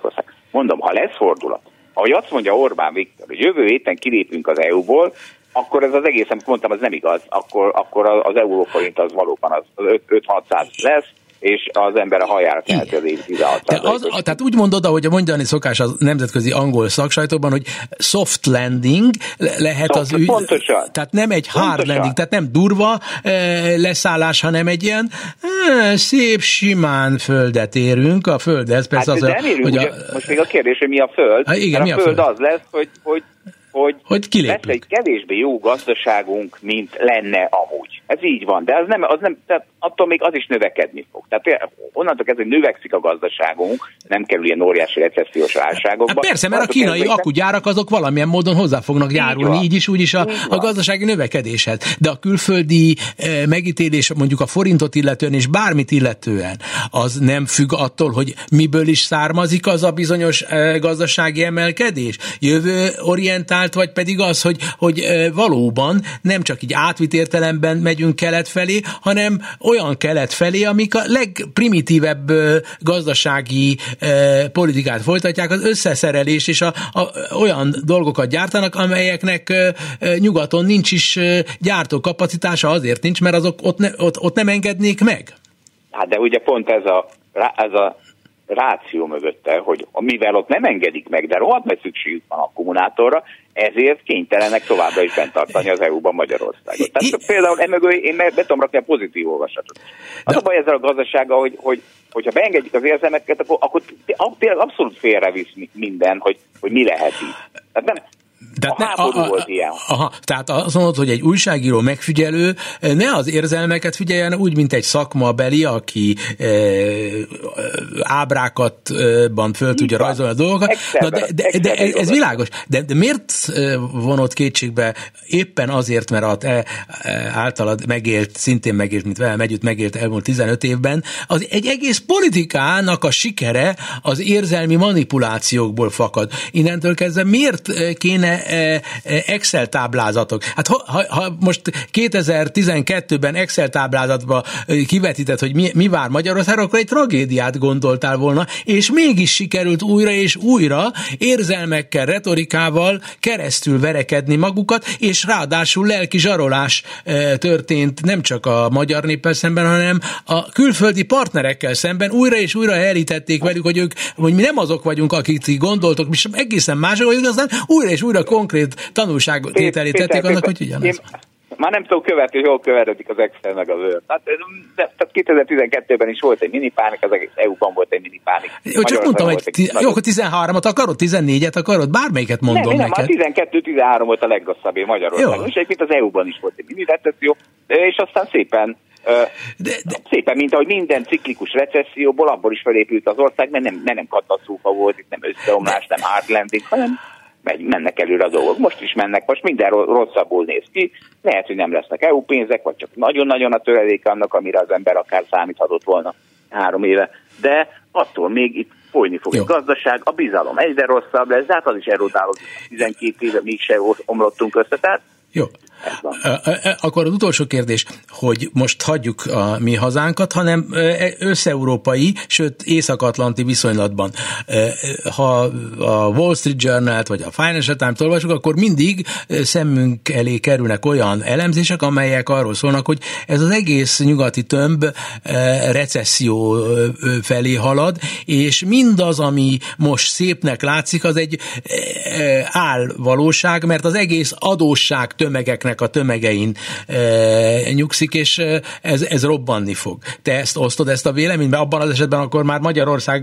mondom, ha lesz fordulat, ahogy azt mondja Orbán Viktor, hogy jövő héten kilépünk az EU-ból, akkor ez az egész, amit mondtam, az nem igaz, akkor az euróforint az valóban az 5-600 lesz, és az ember a hajára teheti az év 16%. Tehát úgy mondod, ahogy mondani szokás a nemzetközi angol szaksajtóban, hogy soft landing lehet az ügy. Pontosan. Tehát nem egy hard landing, tehát nem durva leszállás, hanem egy ilyen szép, simán földet érünk. A földhez persze hát, az, hogy most még a kérdés, hogy mi a föld. Igen, mi a föld az lesz, hogy kilépünk. lesz egy kevésbé jó gazdaságunk, mint lenne amúgy. Ez így van, de az nem, tehát attól még az is növekedni fog. Tehát onnantól kezdve, hogy növekszik a gazdaságunk, nem kerül ilyen óriási recessziós válságokba. Hát persze, mert a kínai akkugyárak azok valamilyen módon hozzá fognak járulni, így is, úgy is a gazdasági növekedéshez. De a külföldi megítélés mondjuk a forintot illetően és bármit illetően, az nem függ attól, hogy miből is származik az a bizonyos gazdasági emelkedés? Jövőorientált, vagy pedig az, hogy valóban nem csak így átvitt értelemben megyünk kelet felé, hanem olyan kelet felé, amik a legprimitívebb gazdasági politikát folytatják, az összeszerelés és olyan dolgokat gyártanak, amelyeknek nyugaton nincs is gyártókapacitása, azért nincs, mert azok ott nem engednék meg. Hát de ugye pont ez a ráció mögötte, hogy mivel ott nem engedik meg, de rohadt nagy szükségük van akkumulátorra, ezért kénytelenek továbbra is fenntartani az EU-ban Magyarországot. Tehát például emögül én be tudom rakni a pozitív olvasatot. Az a baj ezzel a gazdasággal, hogyha beengedjük az érzelmeket, akkor abszolút félrevisz minden, hogy mi lehet így. Tehát nem... Tehát azt mondod, hogy egy újságíró megfigyelő ne az érzelmeket figyeljen úgy, mint egy szakmabeli, aki ábrákatban föl tudja rajzolni a dolgokat. De ez világos. De miért vonod kétségbe éppen azért, mert az általad megélt, szintén megélt, mint velem együtt megélt elmúlt 15 évben, az egy egész politikának a sikere az érzelmi manipulációkból fakad. Innentől kezdve miért kéne Excel táblázatok? Hát ha most 2012-ben Excel táblázatba kivetített, hogy mi vár Magyarországon, akkor egy tragédiát gondoltál volna, és mégis sikerült újra és újra érzelmekkel, retorikával keresztül verekedni magukat, és ráadásul lelki zsarolás történt nem csak a magyar néppel szemben, hanem a külföldi partnerekkel szemben. Újra és újra elítették velük, hogy mi nem azok vagyunk, akik gondoltok, mi sem egészen mások vagyunk, aztán újra és újra konkrét tanulságtételét tették annak, hogy ugyanaz. Már nem tudom követni, hogy hol követik az Excel meg az Word. Tehát 2012-ben is volt egy minipánik, az egész EU-ban volt egy minipánik. Jó, csak mondtam, hogy akkor 13-at akarod, 14-et akarod, bármelyiket mondom neked. Nem, 12-13 volt a legrosszabb év Magyarországon. És egyébként az EU-ban is volt egy mini recesszió, és aztán szépen, mint ahogy minden ciklikus recesszióból, abból is felépült az ország, mert nem katasztrófa volt, itt nem összeomlás, nem hard landing, hanem mennek előre a dolgok. Most is mennek, most minden rosszabbul néz ki. Lehet, hogy nem lesznek EU pénzek, vagy csak nagyon-nagyon a töredék annak, amire az ember akár számíthatott volna 3 éve. De attól még itt folyni fog a gazdaság, a bizalom egyre rosszabb lesz, de hát az is erodálódik 12 éve, még se omlottunk össze. Tehát jó. Akkor az utolsó kérdés, hogy most hagyjuk a mi hazánkat, hanem összeurópai, sőt észak-atlanti viszonylatban. Ha a Wall Street Journal-t vagy a Financial Times-t olvasjuk, akkor mindig szemünk elé kerülnek olyan elemzések, amelyek arról szólnak, hogy ez az egész nyugati tömb recesszió felé halad, és mindaz, ami most szépnek látszik, az egy álvalóság, mert az egész adósság tömegeknek a tömegein nyugszik, és ez robbanni fog. Te ezt osztod, ezt a véleményt? Mert abban az esetben akkor már Magyarország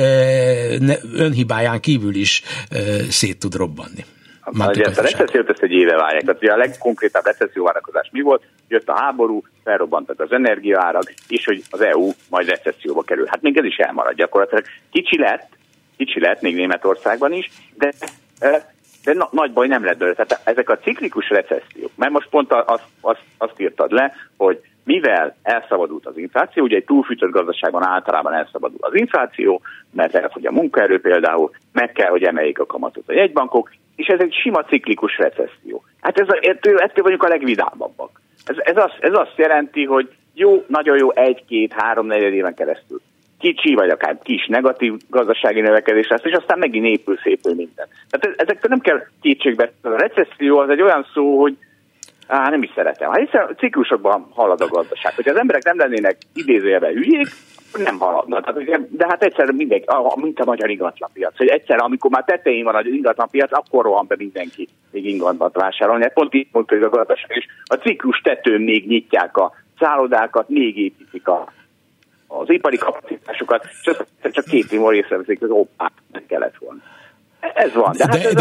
önhibáján kívül is szét tud robbanni. A recessziót ezt egy éve várják. Tehát a legkonkrétabb recesszióvárakozás mi volt? Jött a háború, felrobbantak az energiaárak, és hogy az EU majd recesszióba kerül. Hát még ez is elmarad gyakorlatilag. Kicsi lett még Németországban is, de nagy baj nem lett belőle. Tehát ezek a ciklikus recessziók, mert most pont azt írtad le, hogy mivel elszabadult az infláció, ugye egy túlfűtött gazdaságban általában elszabadul az infláció, mert elfogy a munkaerő például, meg kell, hogy emeljék a kamatot a jegybankok, és ez egy sima ciklikus recesszió. Hát ettől vagyunk a legvidámabbak. Ez azt jelenti, hogy jó, nagyon jó 1-2-3 negyed éven keresztül kicsi, vagy akár kis negatív gazdasági növekedés lesz, és aztán megint épül szépül minden. Tehát ezektől nem kell kétségbe. A recesszió az egy olyan szó, hogy nem is szeretem. Hiszen ciklusokban halad a gazdaság. Hogyha az emberek nem lennének idézőjelben hülyék, nem haladnak. De hát egyszer mindenki, mint a magyar ingatlanpiac, hogy egyszer, amikor már tetején van az ingatlanpiac, akkor rohan be mindenki még ingatlant vásárolni. Pont így mondta, hogy a gazdaság is. A ciklus tetőn még nyitják a szállodákat, még építik az ipari kapacitásokat, csak 2 év észreveszik, hogy nem kellett volna. Ez van.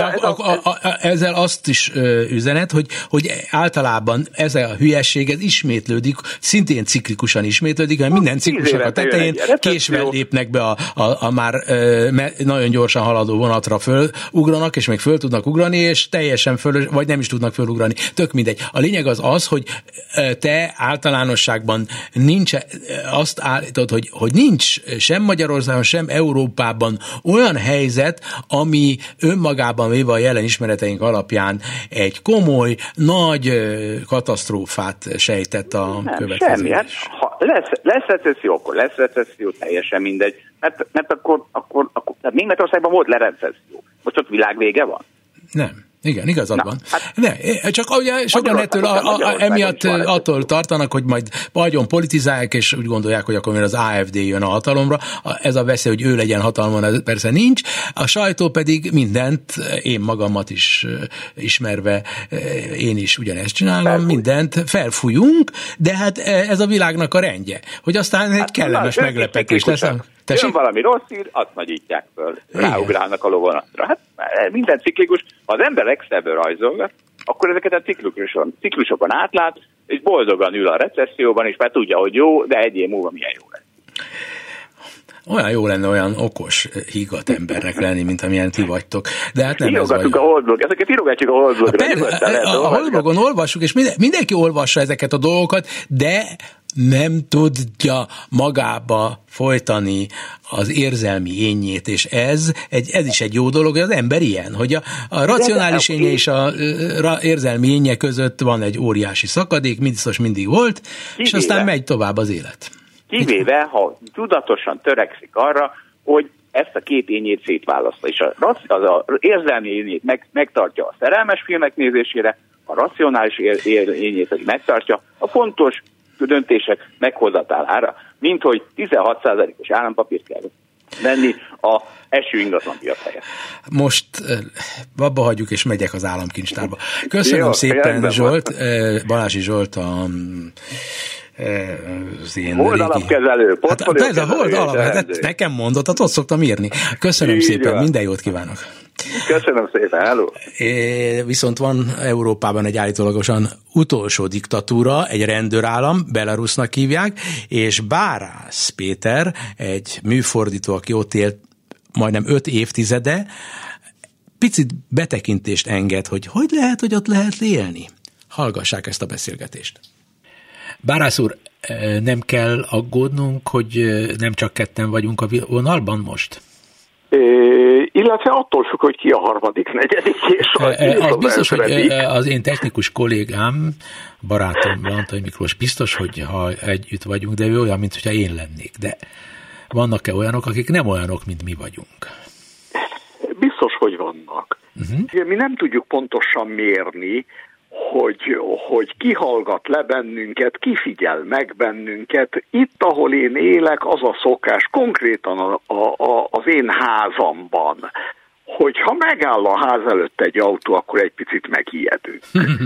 Ezzel azt is üzenet, hogy általában ez a hülyesség ez ismétlődik, szintén ciklikusan ismétlődik, mert minden ciklusnak a tetején késve lépnek be a már nagyon gyorsan haladó vonatra fölugranak, és még föl tudnak ugrani, és teljesen vagy nem is tudnak fölugrani. Tök mindegy. A lényeg az, hogy te általánosságban azt állítod, hogy nincs sem Magyarországon, sem Európában olyan helyzet, ami önmagában véve a jelen ismereteink alapján egy komoly, nagy katasztrófát sejtett a következő. Semmi. Hát, ha lesz recesszió, akkor lesz recesszió, teljesen mindegy. Mert akkor tehát Németországban volt recesszió. Most ott világvége van? Nem. Igen, igazad van. Hát, csak ugye sokan emiatt attól tartanak, hogy majd nagyon politizálják, és úgy gondolják, hogy akkor az AfD jön a hatalomra. Ez a veszély, hogy ő legyen hatalmon, ez persze nincs. A sajtó pedig mindent, én magamat is ismerve, én is ugyanezt csinálom, mindent felfújunk, de hát ez a világnak a rendje. Hogy aztán egy kellemes meglepetés lesz. Jön valami rossz hír, azt nagyítják föl, ráugrálnak a lovonatra. Hát minden ciklikus, ha az ember excelből rajzol, akkor ezeket a ciklusokon átlát, és boldogan ül a recesszióban, és már tudja, hogy jó, de egy év múlva milyen jó lesz. Olyan jó lenne olyan okos, hígat embernek lenni, mint amilyen ti vagytok. De hát nem írogatjuk a Holdblog, ezeket írogatjuk a Holdblogra. A Holdblogon olvassuk, és mindenki olvassa ezeket a dolgokat, de nem tudja magába folytani az érzelmi énnyét, és ez is egy jó dolog, hogy az ember ilyen, hogy a racionális énje és az érzelmi énje között van egy óriási szakadék, biztos mindig volt, és aztán megy tovább az élet. Kivéve, ha tudatosan törekszik arra, hogy ezt a 2 énjét szétválasztja, és az érzelmi énjét megtartja a szerelmes filmek nézésére, a racionális énjét pedig megtartja a fontos döntések meghozatalára, mint hogy 16%-os állampapírt kell venni a eső ingatlanpiac helyett. Most abba hagyjuk, és megyek az államkincstárba. Köszönöm szépen, Zsolt, Balázsi Zsolt, az én Holdalapkezelő, hát nekem mondott, ott szoktam írni. Köszönöm szépen, minden jót kívánok. Köszönöm szépen, hello. Viszont van Európában egy állítólagosan utolsó diktatúra, egy rendőrállam, Belarusnak hívják, és Bárász Péter, egy műfordító, aki ott élt majdnem 5 évtizede, picit betekintést enged, hogy lehet, hogy ott lehet élni. Hallgassák ezt a beszélgetést. Bárász úr, nem kell aggódnunk, hogy nem csak ketten vagyunk a vonalban most? Illetve attól függ, hogy ki a harmadik, negyedik, és az biztos, hogy az én technikus kollégám, barátom, Lantai Miklós, biztos, hogy ha együtt vagyunk, de ő olyan, mintha én lennék. De vannak-e olyanok, akik nem olyanok, mint mi vagyunk? Biztos, hogy vannak. Mi nem tudjuk pontosan mérni, hogy ki hallgat le bennünket, ki figyel meg bennünket. Itt, ahol én élek, az a szokás, konkrétan az én házamban, hogy ha megáll a ház előtt egy autó, akkor egy picit megijedünk.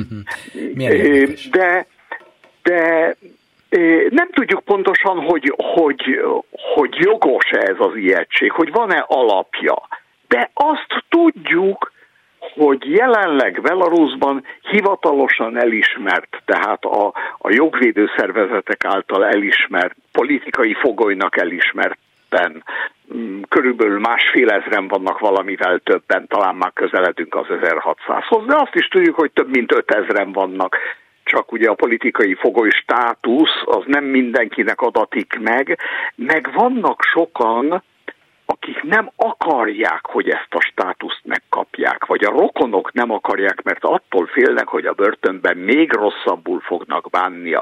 De nem tudjuk pontosan, hogy jogos-e ez az ijegység, hogy van-e alapja. De azt tudjuk, hogy jelenleg Belarusban hivatalosan elismert, tehát a jogvédő szervezetek által elismert, politikai fogolynak elismerten, körülbelül 1,5 ezren vannak, valamivel többen, talán már közeledünk az 1600-hoz, de azt is tudjuk, hogy több mint 5000-en vannak. Csak ugye a politikai fogoly státusz, az nem mindenkinek adatik meg vannak sokan, akik nem akarják, hogy ezt a státuszt megkapják, vagy a rokonok nem akarják, mert attól félnek, hogy a börtönben még rosszabbul fognak bánni a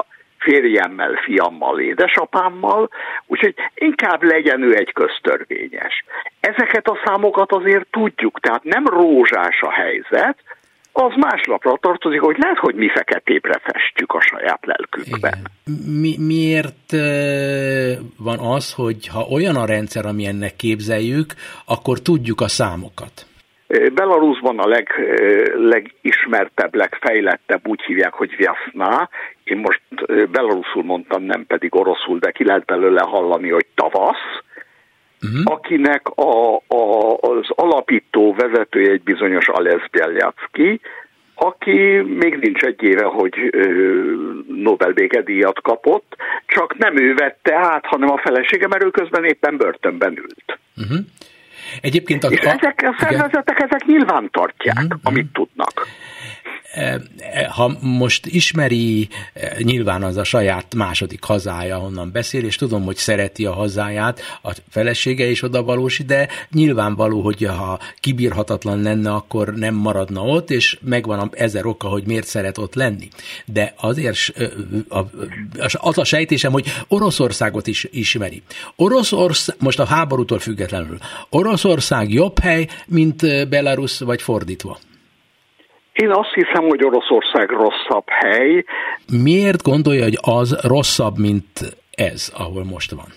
férjemmel, fiammal, édesapámmal, úgyhogy inkább legyen ő egy köztörvényes. Ezeket a számokat azért tudjuk, tehát nem rózsás a helyzet, az más lapra tartozik, hogy lehet, hogy mi feketébre festjük a saját lelkünkben. Miért van az, hogy ha olyan a rendszer, amilyennek képzeljük, akkor tudjuk a számokat? Belarusban a legismertebb, legfejlettebb, úgy hívják, hogy Vyaszna. Én most belaruszul mondtam, nem pedig oroszul, de ki lehet belőle hallani, hogy tavasz, akinek az alapító vezetője egy bizonyos Ales Bialyacki, aki még nincs egy éve, hogy Nobel békedíjat kapott, csak nem ő vette át, hanem a felesége, mert ő közben éppen börtönben ült. Egyébként és ezek a szervezetek, ezek nyilván tartják, amit tudnak. Ha most ismeri, nyilván az a saját második hazája, honnan beszél, és tudom, hogy szereti a hazáját, a felesége is oda valósi, de nyilvánvaló, hogy ha kibírhatatlan lenne, akkor nem maradna ott, és megvan 1000 oka, hogy miért szeret ott lenni. De azért az a sejtésem, hogy Oroszországot is ismeri. Most a háborútól függetlenül, Oroszország jobb hely, mint Belarus, vagy fordítva? Én azt hiszem, hogy Oroszország rosszabb hely. Miért gondolja, hogy az rosszabb, mint ez, ahol most van?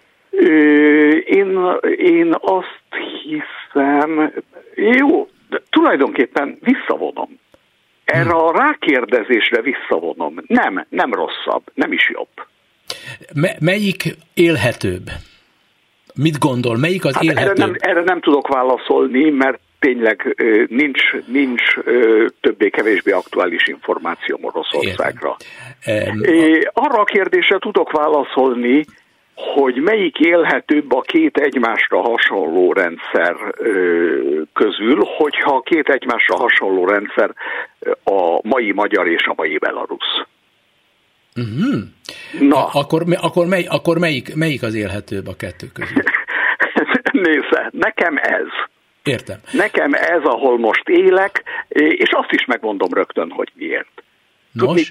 Én azt hiszem, jó, de tulajdonképpen visszavonom. Erre a rákérdezésre visszavonom. Nem rosszabb, nem is jobb. Melyik élhetőbb? Mit gondol, melyik az élhetőbb? Erre nem tudok válaszolni, mert tényleg nincs többé-kevésbé aktuális információm Oroszországra. Arra a kérdésre tudok válaszolni, hogy melyik élhetőbb a két egymásra hasonló rendszer közül, hogyha a két egymásra hasonló rendszer a mai magyar és a mai belarusz. Na. Akkor melyik az élhetőbb a kettő közül? Nézze, nekem ez. Értem. Nekem ez, ahol most élek, és azt is megmondom rögtön, hogy miért. Tudni,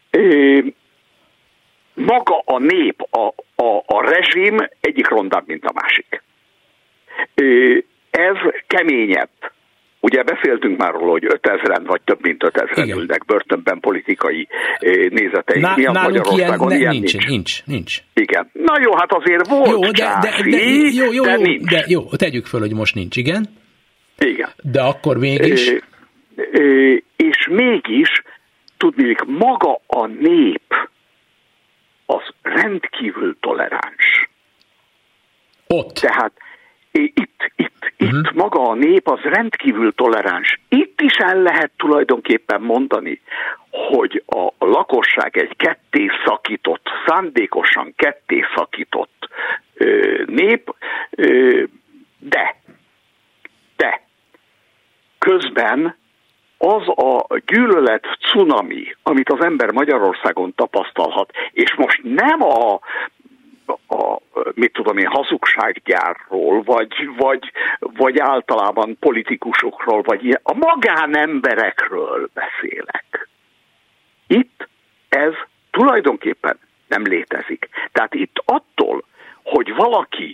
maga a nép, a rezsim egyik rondább, mint a másik. Ez keményebb. Ugye beszéltünk már róla, hogy 5000-en vagy több mint 5000-en ülnek börtönben politikai nézeteik miatt Magyarországon. Ilyen nincs. Igen. Na jó, hát azért volt Jó, tegyük föl, hogy most nincs, igen? Igen. De akkor mégis? És mégis, tudnék, maga a nép az rendkívül toleráns. Ott. Tehát itt maga a nép az rendkívül toleráns. Itt is el lehet tulajdonképpen mondani, hogy a lakosság egy ketté szakított, szándékosan ketté szakított nép, de közben az a gyűlölet cunami, amit az ember Magyarországon tapasztalhat, és most nem a hazugsággyárról, vagy általában politikusokról, vagy a magánemberekről beszélek. Itt ez tulajdonképpen nem létezik. Tehát itt attól, hogy valaki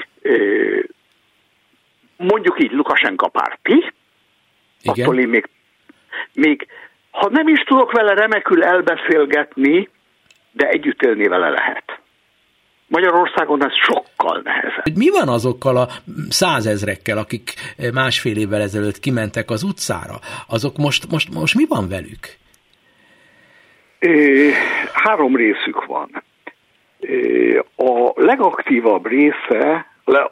mondjuk így Lukasenka párti, igen. Attól én még ha nem is tudok vele remekül elbeszélgetni, de együtt élni vele lehet. Magyarországon ez sokkal nehezebb. Mi van azokkal a 100 000-ekkel, akik másfél évvel ezelőtt kimentek az utcára? Azok most mi van velük? 3 részük van. A legaktívabb része,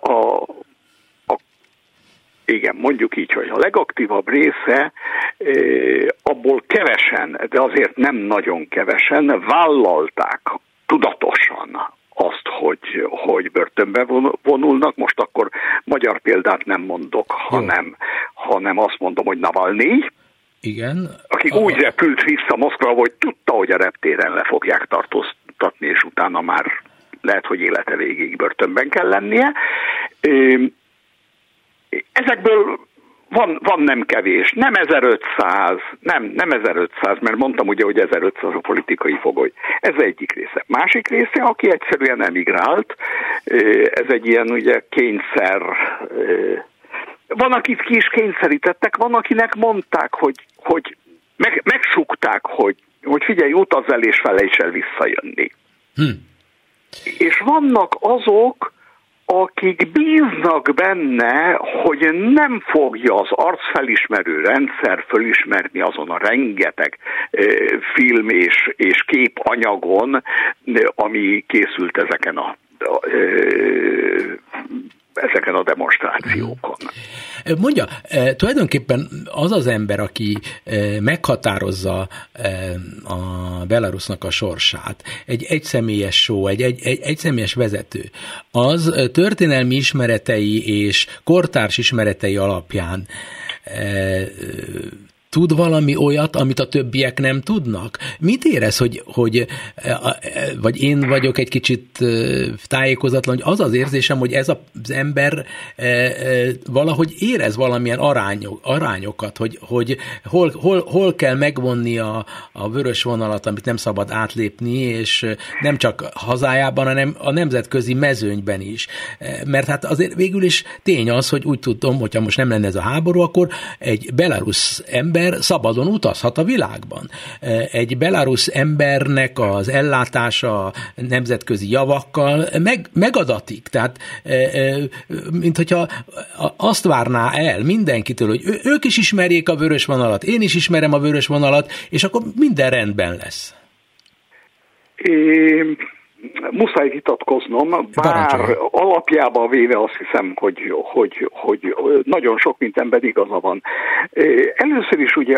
igen, mondjuk így, hogy a legaktívabb része, abból kevesen, de azért nem nagyon kevesen vállalták tudatosan azt, hogy börtönbe vonulnak. Most akkor magyar példát nem mondok, hanem azt mondom, hogy Navalnyi, igen. aki úgy repült vissza Moszkva, hogy tudta, hogy a reptéren le fogják tartóztatni, és utána már lehet, hogy élete végéig börtönben kell lennie. Ezekből van nem kevés, nem 1500, nem 1500, mert mondtam ugye, hogy 1500 a politikai fogoly. Ez egyik része. Másik része, aki egyszerűen emigrált, ez egy ilyen ugye kényszer, van, akit ki is kényszerítettek, van, akinek mondták, hogy megsukták, hogy figyelj, utazz el és felejts el visszajönni. És vannak azok, akik bíznak benne, hogy nem fogja az arcfelismerő rendszer fölismerni azon a rengeteg film és képanyagon, ami készült ezeken a demonstrációkon. Mondja, tulajdonképpen az az ember, aki meghatározza a Belarusnak a sorsát, egy egyszemélyes show, egy egyszemélyes vezető, az történelmi ismeretei és kortárs ismeretei alapján tud valami olyat, amit a többiek nem tudnak? Mit érez, hogy vagy én vagyok egy kicsit tájékozatlan, hogy az az érzésem, hogy ez az ember valahogy érez valamilyen arányokat, hogy hol kell megvonni a vörös vonalat, amit nem szabad átlépni, és nem csak hazájában, hanem a nemzetközi mezőnyben is. Mert hát azért végül is tény az, hogy úgy tudom, hogyha most nem lenne ez a háború, akkor egy belarusz ember szabadon utazhat a világban. Egy belarusz embernek az ellátása nemzetközi javakkal megadatik. Tehát, mint hogyha azt várná el mindenkitől, hogy ők is ismerjék a vörös vonalat, én is ismerem a vörös vonalat, és akkor minden rendben lesz. Muszáj vitatkoznom, bár alapjában véve azt hiszem, hogy nagyon sok mindenben igaza van. Először is ugye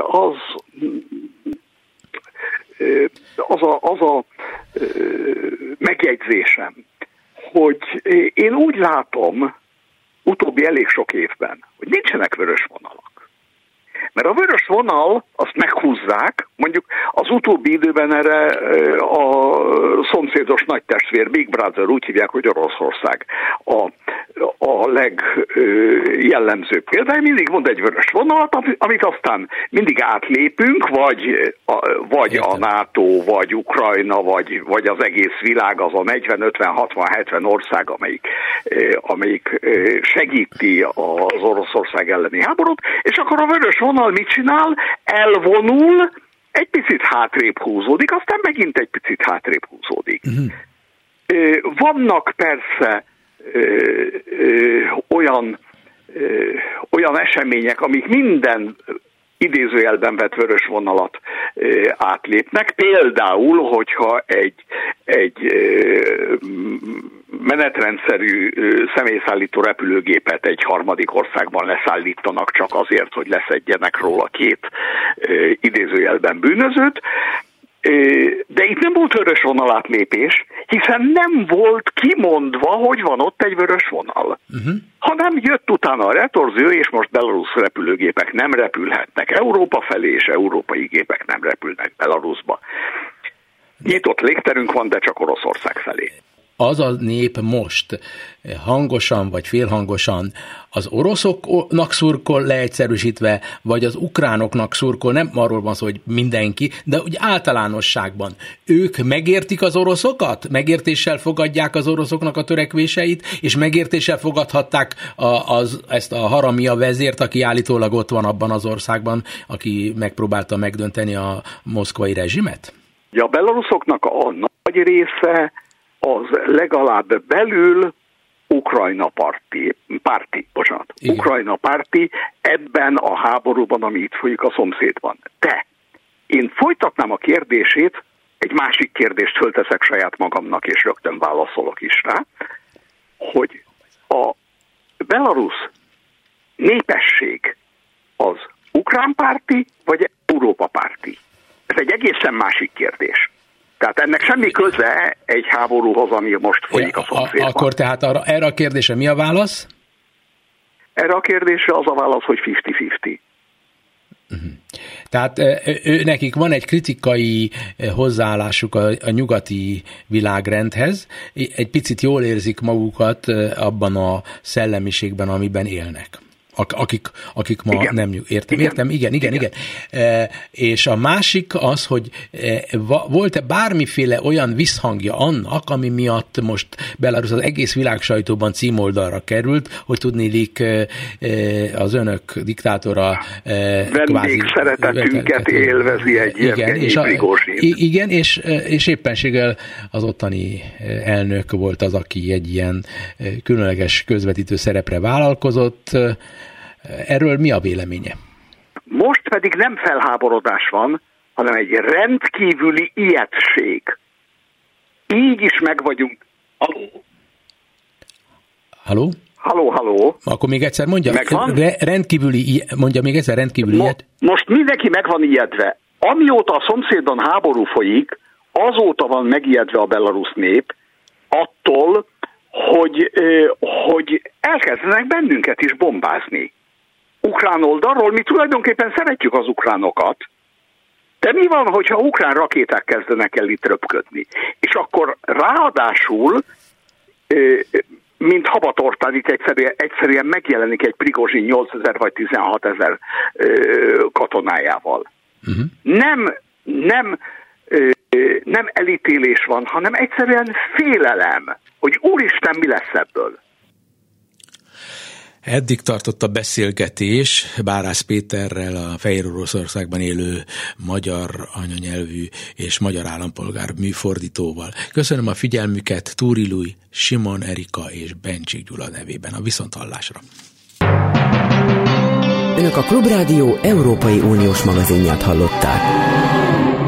az a megjegyzésem, hogy én úgy látom utóbbi elég sok évben, hogy nincsenek vörös vonalak. Mert a vörös vonal, azt meghúzzák, mondjuk az utóbbi időben erre a szomszédos nagytestvér, Big Brother, úgy hívják, hogy Oroszország a legjellemzőbb például, mindig mond egy vörös vonalat, amit aztán mindig átlépünk, vagy a NATO, vagy Ukrajna, vagy az egész világ, az a 40, 50, 60, 70 ország, amelyik segíti az Oroszország elleni háborút, és akkor a vörös vonal mit csinál? Elvonul, egy picit hátrébb húzódik, aztán megint egy picit hátrébb húzódik. Vannak persze olyan események, amik minden idézőjelben vett vörös vonalat átlépnek. Például, hogyha egy menetrendszerű személyszállító repülőgépet egy harmadik országban leszállítanak csak azért, hogy leszedjenek róla két idézőjelben bűnözőt. De itt nem volt vörös vonalátlépés, hiszen nem volt kimondva, hogy van ott egy vörös vonal. Hanem jött utána a retorzió, és most belarusz repülőgépek nem repülhetnek Európa felé, és európai gépek nem repülnek Belarusba. Nyitott légterünk van, de csak Oroszország felé. Az a nép most hangosan vagy félhangosan az oroszoknak szurkol leegyszerűsítve, vagy az ukránoknak szurkol, nem arról van szó, hogy mindenki, de úgy általánosságban. Ők megértik az oroszokat? Megértéssel fogadják az oroszoknak a törekvéseit, és megértéssel fogadhatták ezt a Haramia vezért, aki állítólag ott van abban az országban, aki megpróbálta megdönteni a moszkvai rezsimet? A belaruszoknak a nagy része az legalább belül Ukrajna párti ebben a háborúban, ami itt folyik a szomszédban. De én folytatnám a kérdését, egy másik kérdést fölteszek saját magamnak, és rögtön válaszolok is rá, hogy a belarusz népesség az ukrán párti, vagy Európa párti? Ez egy egészen másik kérdés. Tehát ennek semmi köze egy háborúhoz, ami most folyik a szomszédban. Akkor tehát erre a kérdésre mi a válasz? Erre a kérdésre az a válasz, hogy 50-50. Tehát nekik van egy kritikai hozzáállásuk a nyugati világrendhez, egy picit jól érzik magukat abban a szellemiségben, amiben élnek. akik ma igen. nem értem. Igen. És a másik az, hogy volt-e bármiféle olyan visszhangja annak, ami miatt most Belarus az egész világ sajtóban címoldalra került, hogy tudniillik az diktátora vendégszeretetünket élvezi egy Jevgenyi Prigozsin. Igen, és éppenséggel az ottani elnök volt az, aki egy ilyen különleges közvetítő szerepre vállalkozott. Erről mi a véleménye? Most pedig nem felháborodás van, hanem egy rendkívüli ijegység. Így is meg vagyunk. Halló? Halló? Akkor még egyszer mondja. Mondja még egyszer rendkívüli Most mindenki meg van ijedve. Amióta a szomszédban háború folyik, azóta van megijedve a belarusz nép attól, hogy elkezdenek bennünket is bombázni. Ukrán oldalról mi tulajdonképpen szeretjük az ukránokat, de mi van, hogyha ukrán rakéták kezdenek el itt röpködni? És akkor ráadásul, mint habatortán itt egyszerűen megjelenik egy Prigozsin 8000 vagy 16 000 katonájával. Uh-huh. Nem elítélés van, hanem egyszerűen félelem, hogy úristen, mi lesz ebből. Eddig tartott a beszélgetés Bárász Péterrel, a Fehér Oroszországban élő magyar anyanyelvű és magyar állampolgár műfordítóval. Köszönöm a figyelmüket Túri Lui, Simon Erika és Bencsik Gyula nevében. A viszonthallásra. Önök a Klubrádió Európai Uniós magazinját hallották.